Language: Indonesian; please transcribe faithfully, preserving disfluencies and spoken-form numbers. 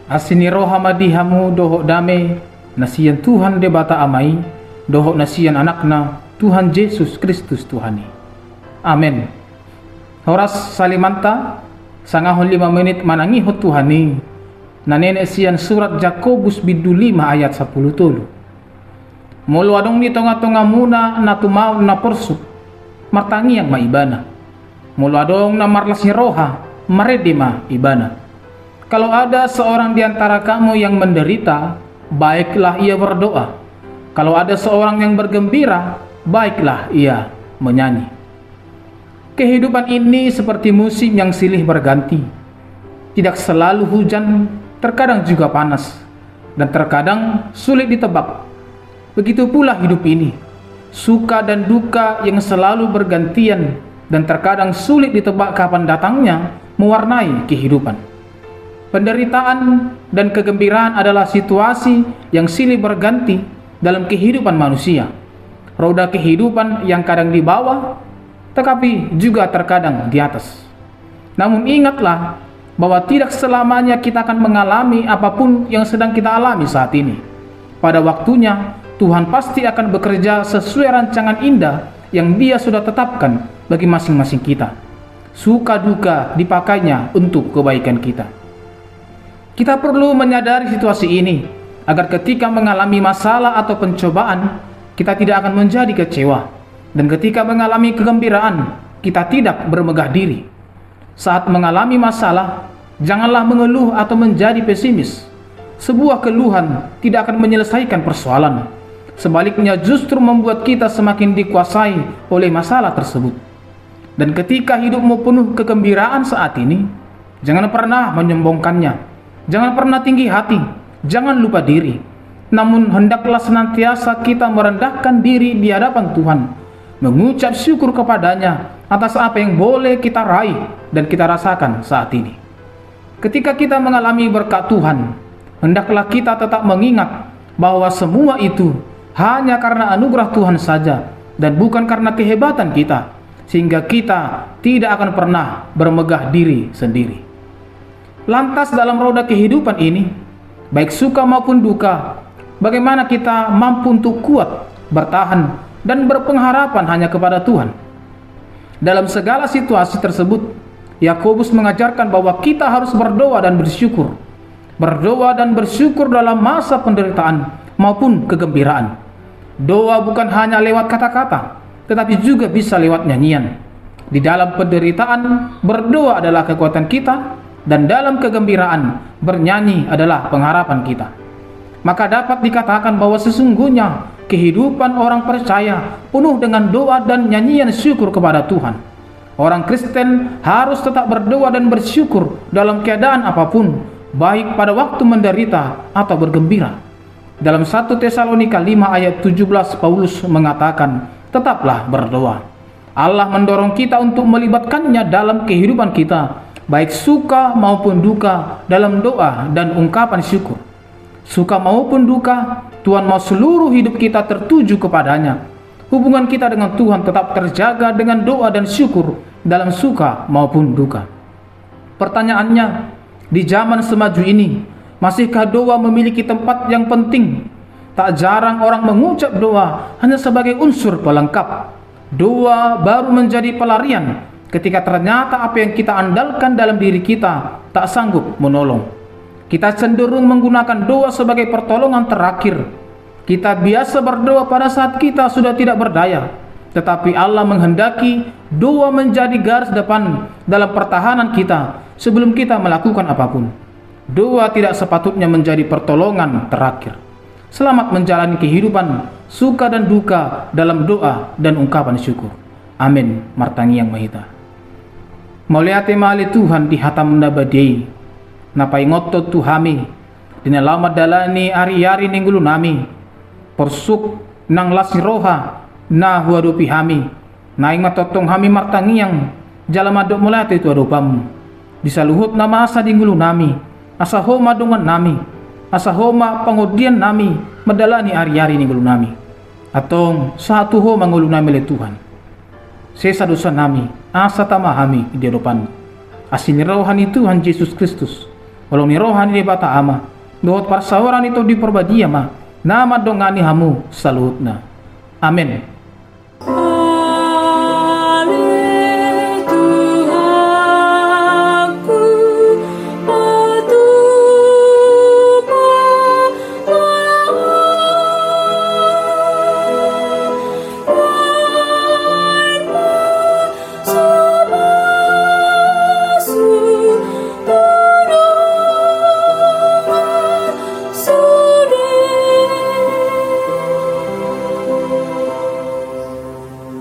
Asini roha madihamu dohok dame nasian Tuhan debata amai dohok nasian anakna Tuhan Yesus Kristus Tuhani. Amin. Horas salimanta sangahon lima menit manangihot Tuhani nanene sian surat Yakobus bidu lima ayat sepuluh tulu. Mulu adong ni tonga-tonga muna na tumau na porsuk martangi yang maibana. Mulu adong na marlasnya roha maredima ibana. Kalau ada seorang di antara kamu yang menderita, baiklah ia berdoa. Kalau ada seorang yang bergembira, baiklah ia menyanyi. Kehidupan ini seperti musim yang silih berganti. Tidak selalu hujan, terkadang juga panas, dan terkadang sulit ditebak. Begitu pula hidup ini, suka dan duka yang selalu bergantian, dan terkadang sulit ditebak kapan datangnya, mewarnai kehidupan. Penderitaan dan kegembiraan adalah situasi yang silih berganti dalam kehidupan manusia. Roda kehidupan yang kadang di bawah, tetapi juga terkadang di atas. Namun ingatlah bahwa tidak selamanya kita akan mengalami apapun yang sedang kita alami saat ini. Pada waktunya, Tuhan pasti akan bekerja sesuai rancangan indah yang Dia sudah tetapkan bagi masing-masing kita. Suka duka dipakainya untuk kebaikan kita. Kita perlu menyadari situasi ini agar ketika mengalami masalah atau pencobaan, kita tidak akan menjadi kecewa, dan ketika mengalami kegembiraan, kita tidak bermegah diri. Saat mengalami masalah, janganlah mengeluh atau menjadi pesimis. Sebuah keluhan tidak akan menyelesaikan persoalan. Sebaliknya justru membuat kita semakin dikuasai oleh masalah tersebut. Dan ketika hidupmu penuh kegembiraan saat ini, jangan pernah menyombongkannya. Jangan pernah tinggi hati, jangan lupa diri. Namun hendaklah senantiasa kita merendahkan diri di hadapan Tuhan, mengucap syukur kepadanya atas apa yang boleh kita raih dan kita rasakan saat ini. Ketika kita mengalami berkat Tuhan, hendaklah kita tetap mengingat bahwa semua itu hanya karena anugerah Tuhan saja dan bukan karena kehebatan kita, sehingga kita tidak akan pernah bermegah diri sendiri. Lantas dalam roda kehidupan ini, baik suka maupun duka, bagaimana kita mampu untuk kuat, bertahan, dan berpengharapan hanya kepada Tuhan. Dalam segala situasi tersebut, Yakobus mengajarkan bahwa kita harus berdoa dan bersyukur. Berdoa dan bersyukur dalam masa penderitaan maupun kegembiraan. Doa bukan hanya lewat kata-kata, tetapi juga bisa lewat nyanyian. Di dalam penderitaan, berdoa adalah kekuatan kita, dan dalam kegembiraan, bernyanyi adalah pengharapan kita. Maka dapat dikatakan bahwa sesungguhnya kehidupan orang percaya penuh dengan doa dan nyanyian syukur kepada Tuhan. Orang Kristen harus tetap berdoa dan bersyukur dalam keadaan apapun, baik pada waktu menderita atau bergembira. Dalam satu Tesalonika lima ayat tujuh belas, Paulus mengatakan, tetaplah berdoa. Allah mendorong kita untuk melibatkannya dalam kehidupan kita, baik suka maupun duka, dalam doa dan ungkapan syukur. Suka maupun duka, Tuhan mau seluruh hidup kita tertuju kepadanya. Hubungan kita dengan Tuhan tetap terjaga dengan doa dan syukur dalam suka maupun duka. Pertanyaannya, di zaman semaju ini, masihkah doa memiliki tempat yang penting? Tak jarang orang mengucap doa hanya sebagai unsur pelengkap. Doa baru menjadi pelarian ketika ternyata apa yang kita andalkan dalam diri kita tak sanggup menolong. Kita cenderung menggunakan doa sebagai pertolongan terakhir. Kita biasa berdoa pada saat kita sudah tidak berdaya. Tetapi Allah menghendaki doa menjadi garis depan dalam pertahanan kita sebelum kita melakukan apapun. Doa tidak sepatutnya menjadi pertolongan terakhir. Selamat menjalani kehidupan, suka dan duka dalam doa dan ungkapan syukur. Amin. Martangi yang mahita. Mauliate mali Tuhan di hatam nabadei, napai ngotot tuhami, dinalamat dalani ari-ari ninggulu nami, persuk nang lasi roha, na huadupi hami, naing matotong hami martangi yang jalamadok mulate itu adopamu, bisa luhut nama asa dinggulu nami, asa homa dongan nami, asa homa pangudian nami, medalani ari-ari ninggulu nami, atong satu homa ngulu nami le Tuhan. Sesa dosa nami, asa tamahami di hadapan. Asin rohani Tuhan Yesus Kristus, walau ni rohani di bata ama, dohot parsawaran itu di perbadia ma, nama dongani hamu salutna. Amin.